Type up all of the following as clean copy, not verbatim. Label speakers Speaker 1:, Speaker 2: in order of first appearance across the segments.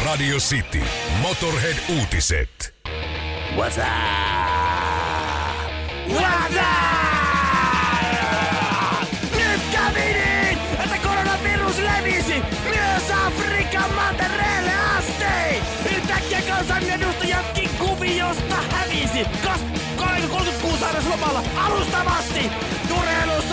Speaker 1: Radio City. Motorhead-uutiset.
Speaker 2: What's up? What's up? Nyt kävi niin, että koronavirus levisi myös Afrikan mantereelle asti. Yhtäkkiä kansanedustajatkin kuviosta hävisi. 36 sairauslomalla alustavasti. Urheilussa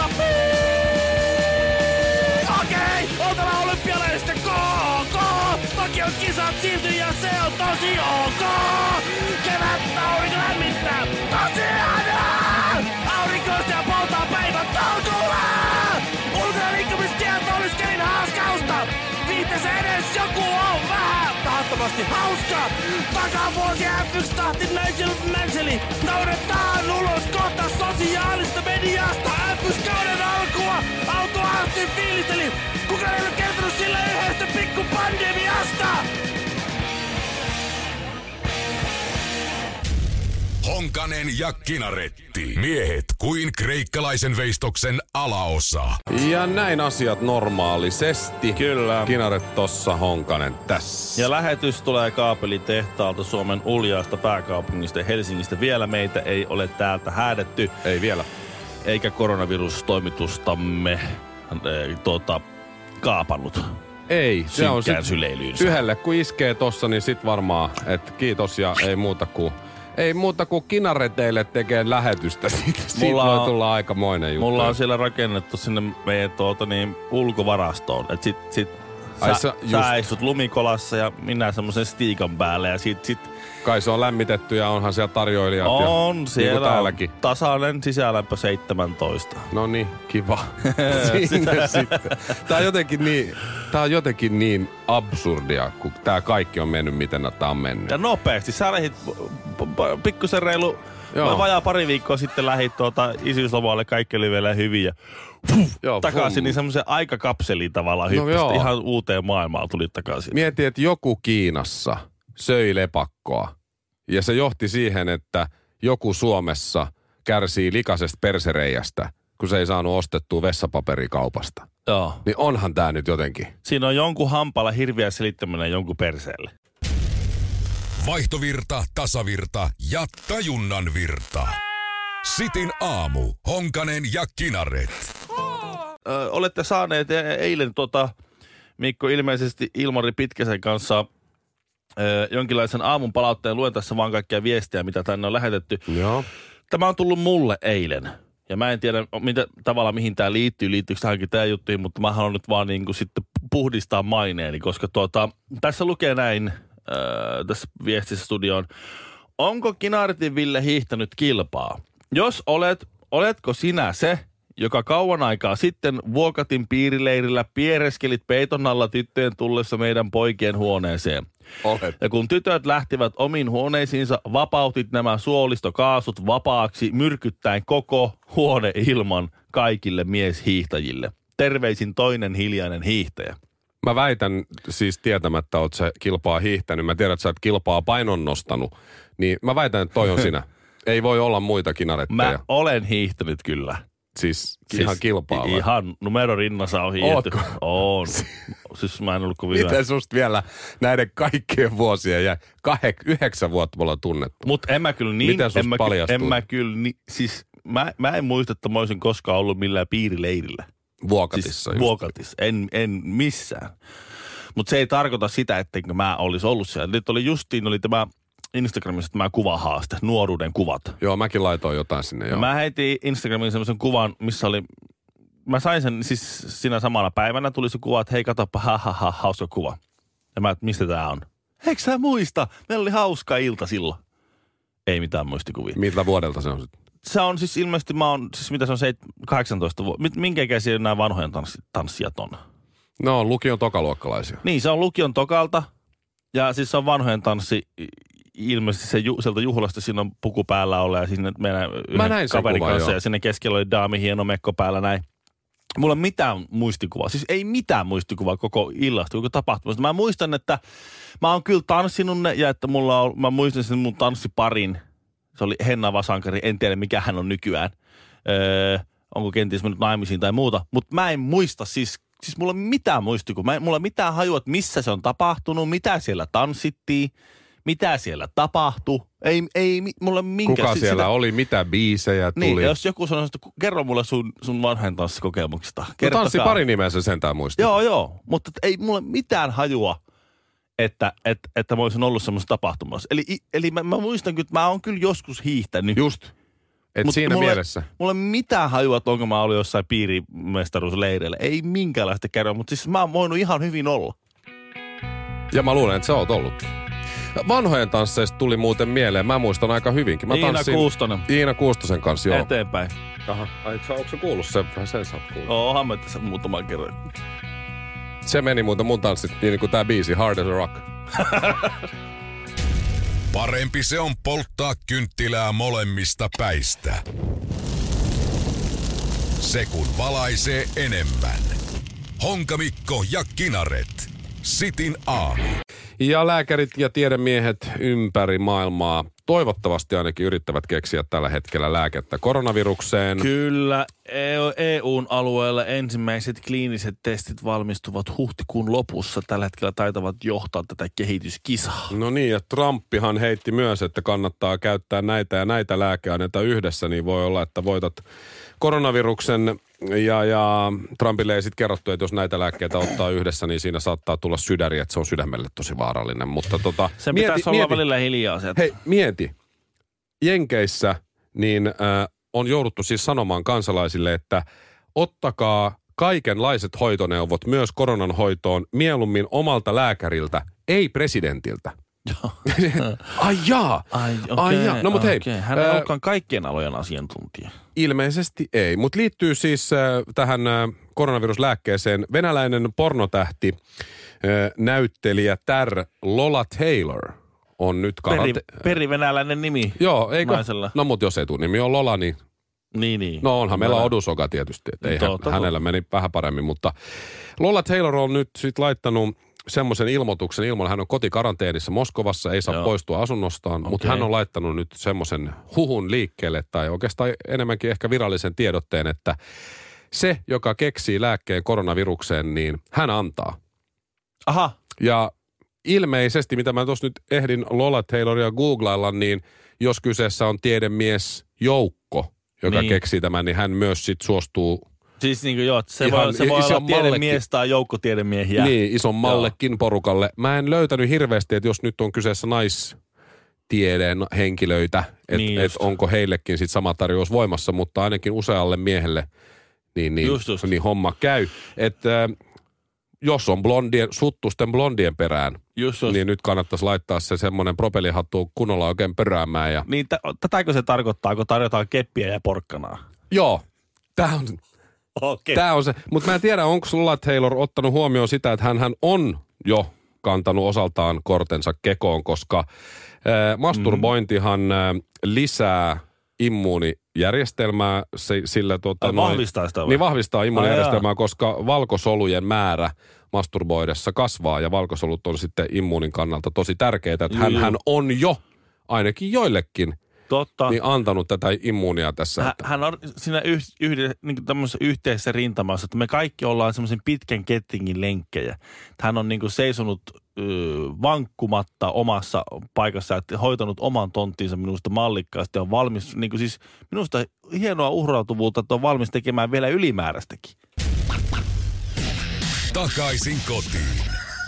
Speaker 2: okei, oltava olympialaisista Tokion kisat siirtyi ja se on tosi ok. Kevättä aurinko lämmittää, tosi ihanaa. Aurinkoista ja poltaa päivän tolkulla. Ulkona liikkumiskielto olisi kelin haaskausta. Viitteessä edes joku on vähän tahattomasti hauska. Takavuosi F1-tahti Nigel Mansell nauretaan ulos kohta sosiaalista mediasta. F1-kauden alkua autuaasti fiilisteli. Kukaan ei ole kertonut sille yhdestä pikkupandemiasta.
Speaker 1: Honkanen ja Kinaretti. Miehet kuin kreikkalaisen veistoksen alaosa.
Speaker 3: Ja näin asiat normaalisesti.
Speaker 4: Kyllä.
Speaker 3: Kinaret tossa, Honkanen tässä.
Speaker 4: Ja lähetys tulee kaapelitehtaalta Suomen uljaasta pääkaupungista Helsingistä. Vielä meitä ei ole täältä häädetty.
Speaker 3: Ei vielä.
Speaker 4: Eikä koronavirustoimitustamme kaapannut.
Speaker 3: Ei, se on
Speaker 4: yhdelle
Speaker 3: kun iskee tossa, niin sit varmaan, että kiitos ja ei muuta kuin Kinareteille tekee lähetystä. Siitä voi tulla aikamoinen juttu.
Speaker 4: Mulla on siellä rakennettu sinne meidän ulkovarastoon. Et sit sä istut lumikolassa ja minä semmosen stiikan päälle ja sit
Speaker 3: kai se on lämmitetty ja onhan siellä tarjoilijat.
Speaker 4: On
Speaker 3: ja,
Speaker 4: siellä
Speaker 3: niin täälläkin.
Speaker 4: Tasainen sisälämpö 17.
Speaker 3: No niin, kiva. Siinä sitten. Tää on jotenkin niin absurdia, kun tää kaikki on mennyt, miten tää on mennyt.
Speaker 4: Ja nopeasti. Sä lähit pikkusen reilu. Vajaa pari viikkoa sitten lähit isyyslomalle, kaikki oli vielä hyvin ja takaisin, niin semmoisen aikakapseliin tavallaan hyppästi. Ihan uuteen maailmaan tuli takaisin.
Speaker 3: Mieti, että joku Kiinassa söi lepakkoa ja se johti siihen, että joku Suomessa kärsii likaisesta persereijästä, kun se ei saanut ostettua vessapaperikaupasta.
Speaker 4: Joo.
Speaker 3: Niin onhan tää nyt jotenkin.
Speaker 4: Siinä on jonkun hampalla hirviä selittäminen jonkun perseelle.
Speaker 1: Vaihtovirta, tasavirta ja tajunnan virta. Sitin aamu. Honkanen ja Kinaret.
Speaker 4: Olette saaneet eilen Mikko ilmeisesti Ilmari Pitkäsen kanssa jonkinlaisen aamun palautteen. Luen tässä vaan kaikkia viestejä, mitä tänne on lähetetty.
Speaker 3: Joo. Tämä
Speaker 4: on tullut mulle eilen. Ja mä en tiedä mihin tää liittyy. Liittyykö tähänkin tää juttuihin, mutta mä haluan nyt vaan niinku sitten puhdistaa maineeni, koska tässä lukee näin tässä viestissä studioon. Onko Kinaretin Ville hiihtänyt kilpaa? Jos oletko sinä se, joka kauan aikaa sitten Vuokatin piirileirillä piereskelit peiton alla tyttöjen tullessa meidän poikien huoneeseen?
Speaker 3: Olet.
Speaker 4: Ja kun tytöt lähtivät omiin huoneisiinsa, vapautit nämä suolistokaasut vapaaksi myrkyttäen koko huoneilman kaikille mieshiihtäjille. Terveisin toinen hiljainen hiihtäjä.
Speaker 3: Mä väitän siis tietämättä, että sä kilpaa hiihtänyt. Mä tiedän, että sä et kilpaa painon nostanut. Niin mä väitän, että toi on sinä. Ei voi olla muita Kinaretteja.
Speaker 4: Mä olen hiihtänyt kyllä.
Speaker 3: Siis ihan kilpaa vai?
Speaker 4: Ihan numero rinnassa on hiihty. On. Siis mä en ollut kovin hyvä.
Speaker 3: Miten susta vielä näiden kaikkien vuosien ja 9 vuotta me ollaan tunnettu?
Speaker 4: Mut en mä kyllä niin.
Speaker 3: Miten susta paljastuu?
Speaker 4: Siis mä en muista, että mä olisin koskaan ollut millään piirileirillä.
Speaker 3: Vuokatissa
Speaker 4: siis Vuokatissa. En missään. Mutta se ei tarkoita sitä, etteikö mä olisi ollut siellä. Nyt oli tämä Instagramissa tämä kuvahaaste, nuoruuden kuvat.
Speaker 3: Joo, mäkin laitoin jotain sinne, joo.
Speaker 4: Mä heitin Instagramiin semmoisen kuvan, missä oli, mä sain sen siis siinä samana päivänä tuli se kuva, että hei katoppa, hauska kuva. Ja mä, että mistä tää on? Eikö sä muista? Meillä oli hauska ilta silloin. Ei mitään muistikuvia.
Speaker 3: Millä vuodelta se on sitten?
Speaker 4: Se on siis ilmeisesti, mitä se on 18 vuotta. Minkä ikäisiä nämä vanhojen tanssijat on?
Speaker 3: No, lukion tokaluokkalaisia.
Speaker 4: Niin, se on lukion tokalta. Ja siis se on vanhojen tanssi. Ilmeisesti sieltä juhlasta siinä on puku päällä olla ja sinne meidän yhden kaverin kanssa. Ja sinne keskellä oli daami hieno mekko päällä näin. Mulla ei mitään muistikuvaa. Siis ei mitään muistikuvaa koko illasta, koko tapahtumasta. Mä muistan, että mä oon kyllä tanssinut ne ja että mä muistan sen mun tanssiparin. Se oli Henna Vasankari, en tiedä mikä hän on nykyään. Onko kenties mennyt naimisiin tai muuta. Mutta mä en muista siis siis mulla ei mitään muistikuvaa. Mulla ei mitään hajua, että missä se on tapahtunut, mitä siellä tanssittiin, mitä siellä tapahtui. Ei mulla minkään.
Speaker 3: Kuka siellä oli, mitä biisejä tuli.
Speaker 4: Niin, jos joku sanoo, että kerro mulle sun vanhojen tanssikokemuksista.
Speaker 3: No tanssi pari nimeä se sentään muistaa.
Speaker 4: Joo, mutta ei mulla mitään hajua, että mä olisin ollut semmoisessa tapahtumassa. Eli mä muistan kyllä, että mä oon kyllä joskus hiihtänyt.
Speaker 3: Just. Et siinä mielessä.
Speaker 4: Mulla ei mitään hajua, että onko mä ollut jossain piirimestaruusleireillä. Ei minkäänlaista kerroa, mutta siis mä oon voinut ihan hyvin olla.
Speaker 3: Ja mä luulen, että sä oot ollut. Vanhojen tansseista tuli muuten mieleen. Mä muistan aika hyvinkin. Iina Kuustosen kanssa, joo.
Speaker 4: Eteenpäin.
Speaker 3: Aha, onko sä kuullut sen? Sen sä oot kuullut.
Speaker 4: Oohan mä tässä muutaman kerran.
Speaker 3: Se meni muuten mun tanssit niin kuin tää biisi, Hard as a Rock.
Speaker 1: Parempi se on polttaa kynttilää molemmista päistä. Se kun valaisee enemmän. Honkamikko ja Kinaret. Sitin aamu.
Speaker 3: Ja lääkärit ja tiedemiehet ympäri maailmaa toivottavasti ainakin yrittävät keksiä tällä hetkellä lääkettä koronavirukseen.
Speaker 4: Kyllä, EUn alueella ensimmäiset kliiniset testit valmistuvat huhtikuun lopussa. Tällä hetkellä taitavat johtaa tätä kehityskisaa.
Speaker 3: No niin, ja Trumpihan heitti myös, että kannattaa käyttää näitä ja näitä lääkeaineita yhdessä, niin voi olla, että voitat koronaviruksen. Ja Trumpille ei sitten kerrottu, että jos näitä lääkkeitä ottaa yhdessä, niin siinä saattaa tulla sydäri, että se on sydämelle tosi vaarallinen. Mutta
Speaker 4: sen pitäisi olla välillä hiljaa.
Speaker 3: Hei, mieti. Jenkeissä niin on jouduttu siis sanomaan kansalaisille, että ottakaa kaikenlaiset hoitoneuvot myös koronan hoitoon mieluummin omalta lääkäriltä, ei presidentiltä. Ai jaa. No mut hei.
Speaker 4: Hän ei olekaan kaikkien alojen asiantuntija.
Speaker 3: Ilmeisesti ei, mutta liittyy siis tähän koronaviruslääkkeeseen venäläinen pornotähti, näyttelijätär Lola Taylor on nyt
Speaker 4: Perivenäläinen nimi.
Speaker 3: Joo, eikö?
Speaker 4: Naisella.
Speaker 3: No mut jos etunimi on Lola, niin...
Speaker 4: Niin.
Speaker 3: No onhan meillä Odusoga tietysti, että ei hänellä meni vähän paremmin, mutta Lola Taylor on nyt sit laittanut semmoisen ilmoituksen ilman, hän on kotikaranteenissa Moskovassa, ei saa poistua asunnostaan, mutta hän on laittanut nyt semmoisen huhun liikkeelle, tai oikeastaan enemmänkin ehkä virallisen tiedotteen, että se, joka keksii lääkkeen koronavirukseen, niin hän antaa.
Speaker 4: Aha.
Speaker 3: Ja ilmeisesti, mitä mä tuossa nyt ehdin Lola Tayloria googlailla, niin jos kyseessä on tiedemies Joukko, joka keksii tämän, niin hän myös sit suostuu.
Speaker 4: Siis niin kuin se voi olla tiedemies tai joukkotiedemiehiä.
Speaker 3: Niin, isommallekin porukalle. Mä en löytänyt hirveästi, että jos nyt on kyseessä naistiedeen henkilöitä, että onko heillekin sit sama tarjous voimassa, mutta ainakin usealle miehelle niin homma käy. Että jos on suttusten blondien perään, niin nyt kannattaisi laittaa se semmoinen propelihattu kunnolla oikein peräämään. Ja...
Speaker 4: Niin, tätäkö se tarkoittaa, kun tarjotaan keppiä ja porkkanaa?
Speaker 3: Joo, Tämä on se. Mutta mä en tiedä, onko Lola Taylor ottanut huomioon sitä, että hän on jo kantanut osaltaan kortensa kekoon, koska masturbointihan lisää immuunijärjestelmää sillä
Speaker 4: vahvistaa sitä vai?
Speaker 3: Niin vahvistaa immuunijärjestelmää, koska valkosolujen määrä masturboidessa kasvaa ja valkosolut on sitten immuunin kannalta tosi tärkeitä, että hän on jo ainakin joillekin niin antanut tätä immuunia tässä.
Speaker 4: Hän on siinä niin tämmöisessä yhteisessä rintamassa, että me kaikki ollaan semmoisen pitkän kettingin lenkkejä. Hän on niin kuin seisonut vankkumatta omassa paikassa, että hoitanut oman tonttinsa minusta mallikkaasti. On valmis, niin kuin siis minusta hienoa uhrautuvuutta, että on valmis tekemään vielä ylimääräistäkin.
Speaker 1: Takaisin kotiin.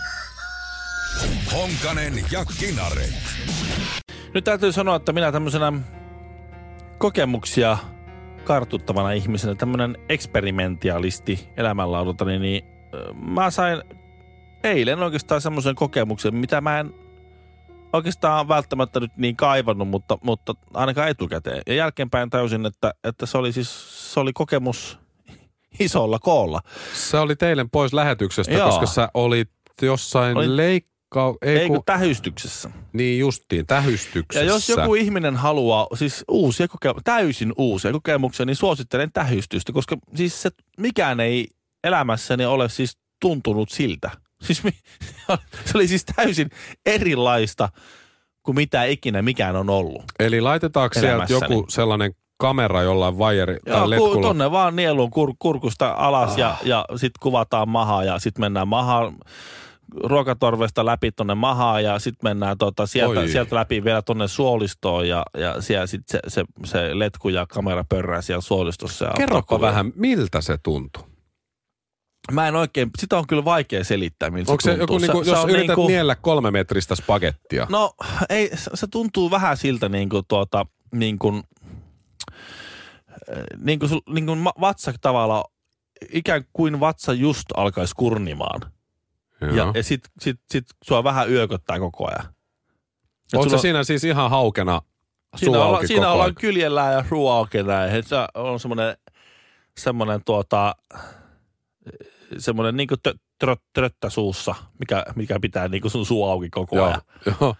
Speaker 1: Honkanen ja Kinaret.
Speaker 4: Nyt täytyy sanoa, että minä tämmöisenä kokemuksia kartuttavana ihmisenä, tämmöinen eksperimentialisti elämänlaadulta, niin mä sain eilen oikeastaan semmoisen kokemuksen, mitä mä en oikeastaan välttämättä nyt niin kaivannut, mutta ainakaan etukäteen. Ja jälkeenpäin täysin, että se oli kokemus isolla koolla.
Speaker 3: Se oli eilen pois lähetyksestä, koska sä olit jossain
Speaker 4: tähystyksessä.
Speaker 3: Niin justiin, tähystyksessä.
Speaker 4: Ja jos joku ihminen haluaa siis täysin uusia kokemuksia, niin suosittelen tähystystä, koska siis mikään ei elämässäni ole siis tuntunut siltä. Siis se oli siis täysin erilaista kuin mitä ikinä mikään on ollut.
Speaker 3: Eli laitetaanko sieltä joku sellainen kamera jollain vajeri tai letkulla.
Speaker 4: Tonne vaan nieluun kurkusta alas ja sitten kuvataan mahaa ja sitten mennään mahaan ruokatorvesta läpi tonne mahaan ja sitten mennään sieltä läpi vielä tonne suolistoon ja siellä sitten se letku ja kamera pörrää siellä suolistossa.
Speaker 3: Kerropa vähän, miltä se tuntui?
Speaker 4: Mä en oikein, sitä on kyllä vaikea selittää, miltä
Speaker 3: onko
Speaker 4: se tuntuu.
Speaker 3: Onko se joku, jos yrität niellä 3 metristä spagettia?
Speaker 4: No ei, se tuntuu vähän siltä niin kuin vatsa tavallaan, ikään kuin vatsa just alkaisi kurnimaan. Ja sit sua vähän yököttää koko ajan.
Speaker 3: Onko se siinä siis ihan haukena suu auki
Speaker 4: siinä ollaan kyljellään ja suu auki näin. Se on semmoinen semmoinen niinku tröttä suussa, mikä pitää niinku sun suu auki koko ajan.
Speaker 3: Joo.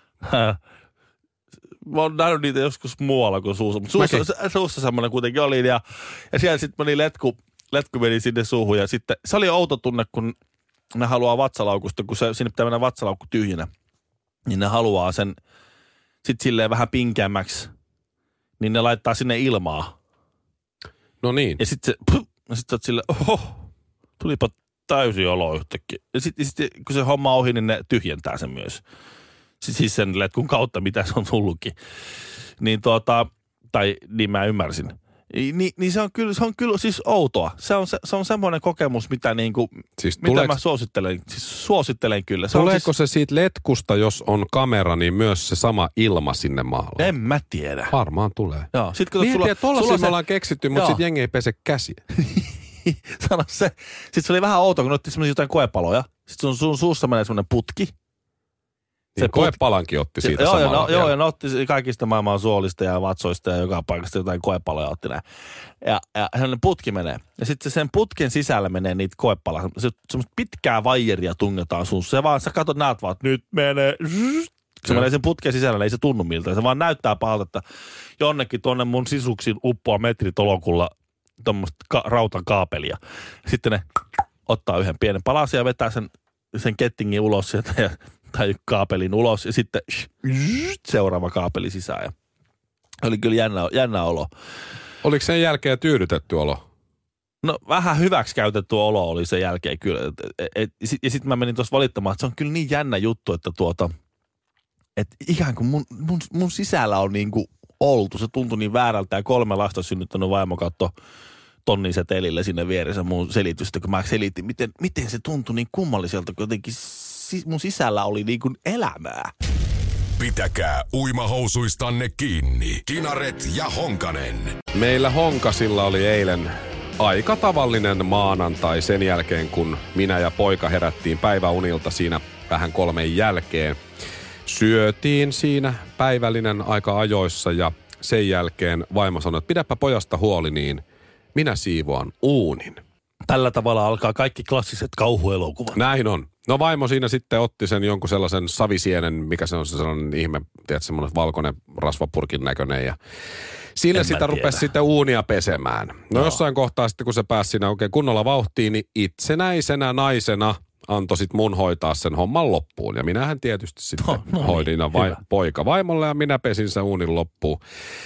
Speaker 4: Mä oon nähnyt niitä joskus muualla kuin suussa, mutta suussa semmoinen kuitenkin oli. Ja siellä sitten meni letku meni sinne suuhun ja sitten se oli outo tunne, kun ne haluaa vatsalaukusta, kun sinne pitää mennä vatsalaukku tyhjänä, niin ne haluaa sen sitten silleen vähän pinkeämmäksi, niin ne laittaa sinne ilmaa.
Speaker 3: No niin.
Speaker 4: Ja sitten sä oot silleen, tulipa täysi olo yhtäkkiä. Ja sitten kun se homma ohi, niin ne tyhjentää sen myös. Siis sen letkun kautta, mitä se on tullutkin. Niin niin mä ymmärsin. Niin se on kyllä siis outoa. Se on semmoinen kokemus, mitä niinku,
Speaker 3: siis
Speaker 4: mitä mä suosittelen. Siis suosittelen kyllä.
Speaker 3: Tuleeko se siitä letkusta, jos on kamera, niin myös se sama ilma sinne maalle?
Speaker 4: En mä tiedä.
Speaker 3: Varmaan tulee.
Speaker 4: Joo.
Speaker 3: Mietin, että tollaisia me ollaan keksitty, mutta sitten jengi ei pese käsiä.
Speaker 4: Sano se. Sitten se oli vähän outoa, kun otti semmoisia jotain koepaloja. Sitten sun suussa menee semmoinen putki.
Speaker 3: Se koepalankin otti siitä samalla.
Speaker 4: Joo, ja ne otti kaikista maailman suolista ja vatsoista ja joka paikasta jotain koepaloja otti näin. Ja sellainen putki menee. Ja sitten sen putken sisällä menee niitä koepaloja. Semmoista pitkää vaijeria tungetaan suussa. Ja vaan sä katsot, näet vaan, että nyt menee. Se menee sen putken sisällä, niin ei se tunnu miltä. Se vaan näyttää pahalta, että jonnekin tuonne mun sisuksiin uppoaa metritolokulla tuommoista rautan kaapelia. Sitten ne ottaa yhden pienen palasen ja vetää sen kettingin ulos sieltä tai kaapelin ulos ja sitten seuraava kaapeli sisään. Ja oli kyllä jännä olo.
Speaker 3: Oliko sen jälkeen tyydytetty olo?
Speaker 4: No vähän hyväksi käytetty olo oli sen jälkeen kyllä. Ja sitten mä menin tuossa valittamaan, että se on kyllä niin jännä juttu, että että ikään kuin mun sisällä on niin kuin oltu. Se tuntui niin väärältä ja 3 lasta synnyttänyt vaimo katto tonnisetelille sinne vieressä mun selitystä, kun mä selitin, miten se tuntui niin kummalliselta, kun jotenkin mun sisällä oli niin kuin elämää.
Speaker 1: Pitäkää uimahousuistanne kiinni. Kinaret ja Honkanen.
Speaker 3: Meillä Honkasilla oli eilen aika tavallinen maanantai sen jälkeen, kun minä ja poika herättiin päiväunilta siinä vähän 3 jälkeen. Syötiin siinä päivällinen aika ajoissa ja sen jälkeen vaimo sanoi, että pidäpä pojasta huoli, niin minä siivoan uunin.
Speaker 4: Tällä tavalla alkaa kaikki klassiset kauhuelokuvat.
Speaker 3: Näin on. No vaimo siinä sitten otti sen jonkun sellaisen savisienen, mikä se on se sellainen ihme, tiedät, semmoinen valkoinen rasvapurkin näköinen ja sillä sitä rupesi sitten uunia pesemään. No jossain kohtaa sitten, kun se pääsi siinä oikein kunnolla vauhtiin, niin itsenäisenä naisena antoi sitten mun hoitaa sen homman loppuun. Ja minähän tietysti sitten hoidin poika vaimolle ja minä pesin sen uunin loppuun.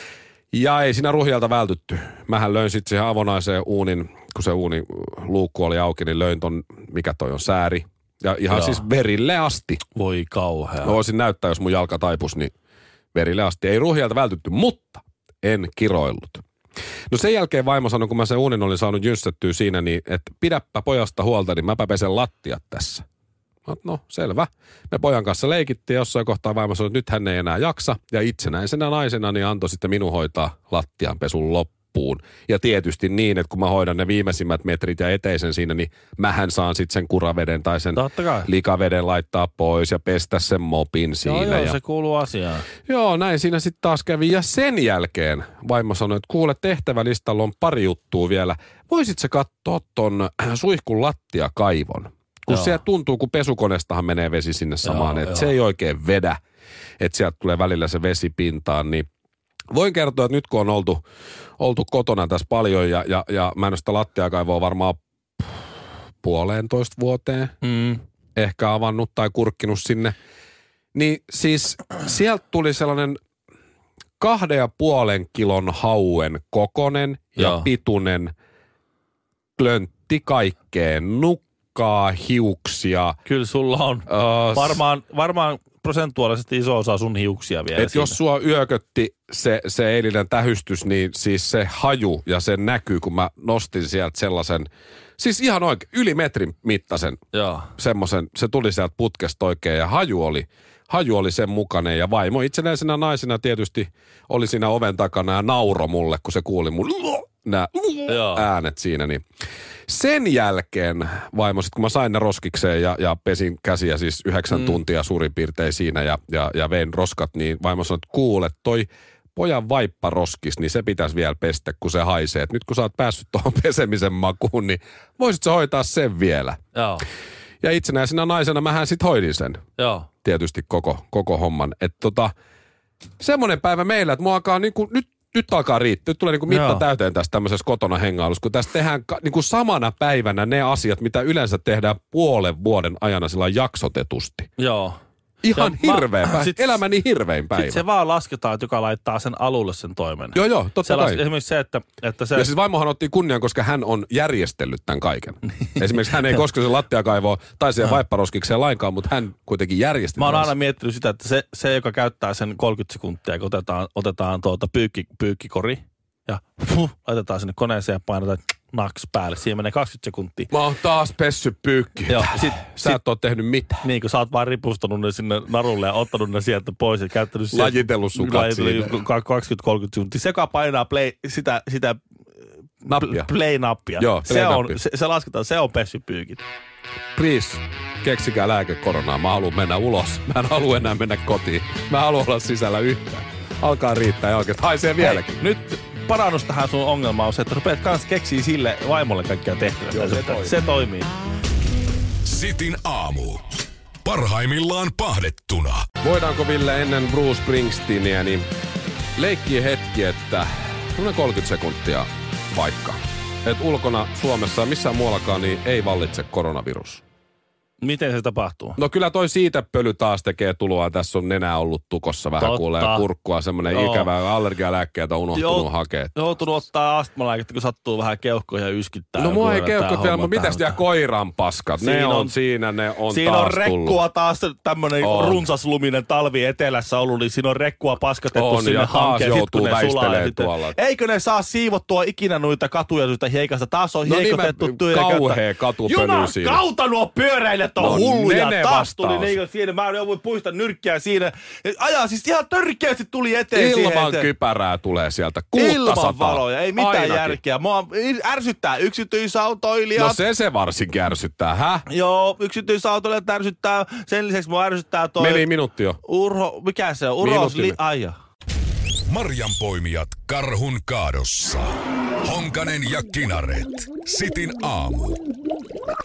Speaker 3: Ja ei siinä ruhjalta vältytty. Mähän löin sitten siihen avonaiseen uunin, kun se uunin luukku oli auki, niin löin ton, mikä toi on, sääri. Ja ihan siis verille asti.
Speaker 4: Voi kauhea.
Speaker 3: Voisin näyttää, jos mun jalka taipus, niin verille asti. Ei ruhjalta vältytty, mutta en kiroillut. No sen jälkeen vaimo sanoi, kun mä sen uunin olin saanut jynssättyä siinä, niin että pidäpä pojasta huolta, niin mäpä pesen lattiat tässä. No selvä. Me pojan kanssa leikittiin ja jossain kohtaa vaimo sanoi, että nyt hän ei enää jaksa. Ja itsenäisenä naisena niin antoi sitten minun hoitaa lattianpesun loppuun. Ja tietysti niin, että kun mä hoidan ne viimeisimmät metrit ja eteisen siinä, niin mähän saan sitten sen kuraveden tai sen likaveden laittaa pois ja pestä sen mopin siinä.
Speaker 4: Joo, se kuuluu asiaan.
Speaker 3: Joo, näin siinä sitten taas kävi. Ja sen jälkeen vaimo sanoi, että kuule, tehtävälistalla on pari juttua vielä. Voisit sä katsoa ton suihkun lattiakaivon? Kun se tuntuu, kun pesukoneestahan menee vesi sinne samaan, että se ei oikein vedä, että sieltä tulee välillä se vesi pintaan, niin voin kertoa, että nyt kun on oltu kotona tässä paljon ja mä en ole sitä lattiakaivoa varmaan 1,5 vuoteen ehkä avannut tai kurkkinut sinne, niin siis sieltä tuli sellainen 2,5 kilon hauen kokonen ja
Speaker 4: Joo.
Speaker 3: pituinen, klöntti kaikkeen, nukkaa, hiuksia.
Speaker 4: Kyllä sulla on varmaan prosentuaalisesti iso osa sun hiuksia vielä.
Speaker 3: Et jos sua yökötti se eilinen tähystys, niin siis se haju ja se näkyy, kun mä nostin sieltä sellaisen, siis ihan oikein, yli metrin mittaisen semmoisen, se tuli sieltä putkesta oikein ja haju oli sen mukainen ja vaimo itsenäisenä naisena tietysti oli siinä oven takana ja nauro mulle, kun se kuuli mun nämä äänet siinä. Niin. Sen jälkeen vaimo, sit kun mä sain ne roskikseen ja pesin käsiä siis 9 tuntia suurin piirtein siinä ja vein roskat, niin vaimo sanoi, että kuule, toi pojan vaipparoskis, niin se pitäisi vielä pestä, kun se haisee. Et nyt kun sä oot päässyt tuohon pesemisen makuun, niin voisit sä hoitaa sen vielä. Joo. Ja itsenäisenä naisena mähän sit hoidin sen. Joo. Tietysti koko homman. Että semmoinen päivä meillä, että mua alkaa niinku, nyt alkaa riittää. Nyt tulee niinku mitta täyteen tästä tämmöisessä kotona hengailussa, kun tässä tehdään niinku samana päivänä ne asiat, mitä yleensä tehdään puolen vuoden ajana sillä jaksotetusti. Joo. Ihan hirveä päivä. Elämäni hirvein päivä.
Speaker 4: Sitten se vaan lasketaan, että joka laittaa sen alulle sen toimen.
Speaker 3: Joo, totta kai.
Speaker 4: Esimerkiksi se, että se...
Speaker 3: Ja siis vaimohan otti kunnian, koska hän on järjestellyt tämän kaiken. Esimerkiksi hän ei koske sen lattiakaivoa tai siihen vaipparoskikseen lainkaan, mutta hän kuitenkin järjesti.
Speaker 4: Mä oon aina miettinyt sitä, että se joka käyttää sen 30 sekuntia, kun otetaan pyykkikori ja laitetaan sinne koneeseen ja painetaan naks päälle. Siihen menee 20 sekuntia.
Speaker 3: Mä oon taas pessy pyykki. Joo, sä et oo tehnyt mitään.
Speaker 4: Niin, kun sä oot vaan ripustanut ne sinne narulle ja ottanut ne sieltä pois ja käyttänyt sen.
Speaker 3: Lajitellut sukat siinä.
Speaker 4: 20-30 sekuntia. Se, joka painaa sitä
Speaker 3: nappia.
Speaker 4: Play-nappia.
Speaker 3: Joo,
Speaker 4: se lasketaan, se on pessypyykit.
Speaker 3: Please, keksikää lääke koronaa. Mä haluan mennä ulos. Mä en halua enää mennä kotiin. Mä haluan olla sisällä yhtään. Alkaa riittää ja oikein. Haisee vieläkin.
Speaker 4: Nyt parannus tähän sun ongelmaan on se, että rupeat kanssa keksiä sille vaimolle kaikkia tehtäviä.
Speaker 3: Joo,
Speaker 4: se toimii.
Speaker 1: Sitin aamu. Parhaimmillaan pahdettuna.
Speaker 3: Voidaanko, Ville, ennen Bruce Springsteenia niin leikkiä hetki, että 30 sekuntia vaikka. Että ulkona Suomessa missään muuallakaan niin ei vallitse koronavirus.
Speaker 4: Miten se tapahtuu?
Speaker 3: No kyllä toi siitepöly taas tekee tuloa. Tässä on nenä ollut tukossa vähän kuulee ja kurkkua. Semmoinen ikävä allergialääkkeitä unohtunut hakea.
Speaker 4: Joutunut ottaa astmalääkettä, kun sattuu vähän keuhkoja ja yskittää.
Speaker 3: No mua ei keuhkot vielä, mutta mitäs vielä koiran paskat? Ne on siinä
Speaker 4: on rekkua taas tämmönen runsasluminen talvi etelässä ollut, niin siinä on rekkua paskatettu sinne hankeen.
Speaker 3: Joutuu väistelemään tuolla.
Speaker 4: Eikö ne saa siivottua ikinä noita katuja noita heikasta? Taas on heikotettu.
Speaker 3: Kauhea katupöly siinä.
Speaker 4: Jumakauta nuo pyöräilijät on hulluja. Taas tuli niin siinä. Mä jouduin puistaa nyrkkiä siinä. Ajaa siis ihan törkeästi tuli eteen.
Speaker 3: Ilman kypärää tulee sieltä. Kuutta
Speaker 4: ilman valoja. Ei mitään ainakin järkeä. Mua ärsyttää yksityisautoilijat.
Speaker 3: No se varsinkin ärsyttää, hä?
Speaker 4: Joo, yksityisautoilijat ärsyttää. Sen lisäksi mua ärsyttää toi...
Speaker 3: Meni minuutti jo.
Speaker 4: Mikä se on? Aija.
Speaker 1: Marjanpoimijat karhun kaadossa. Honkanen ja Kinaret. Sitin aamu.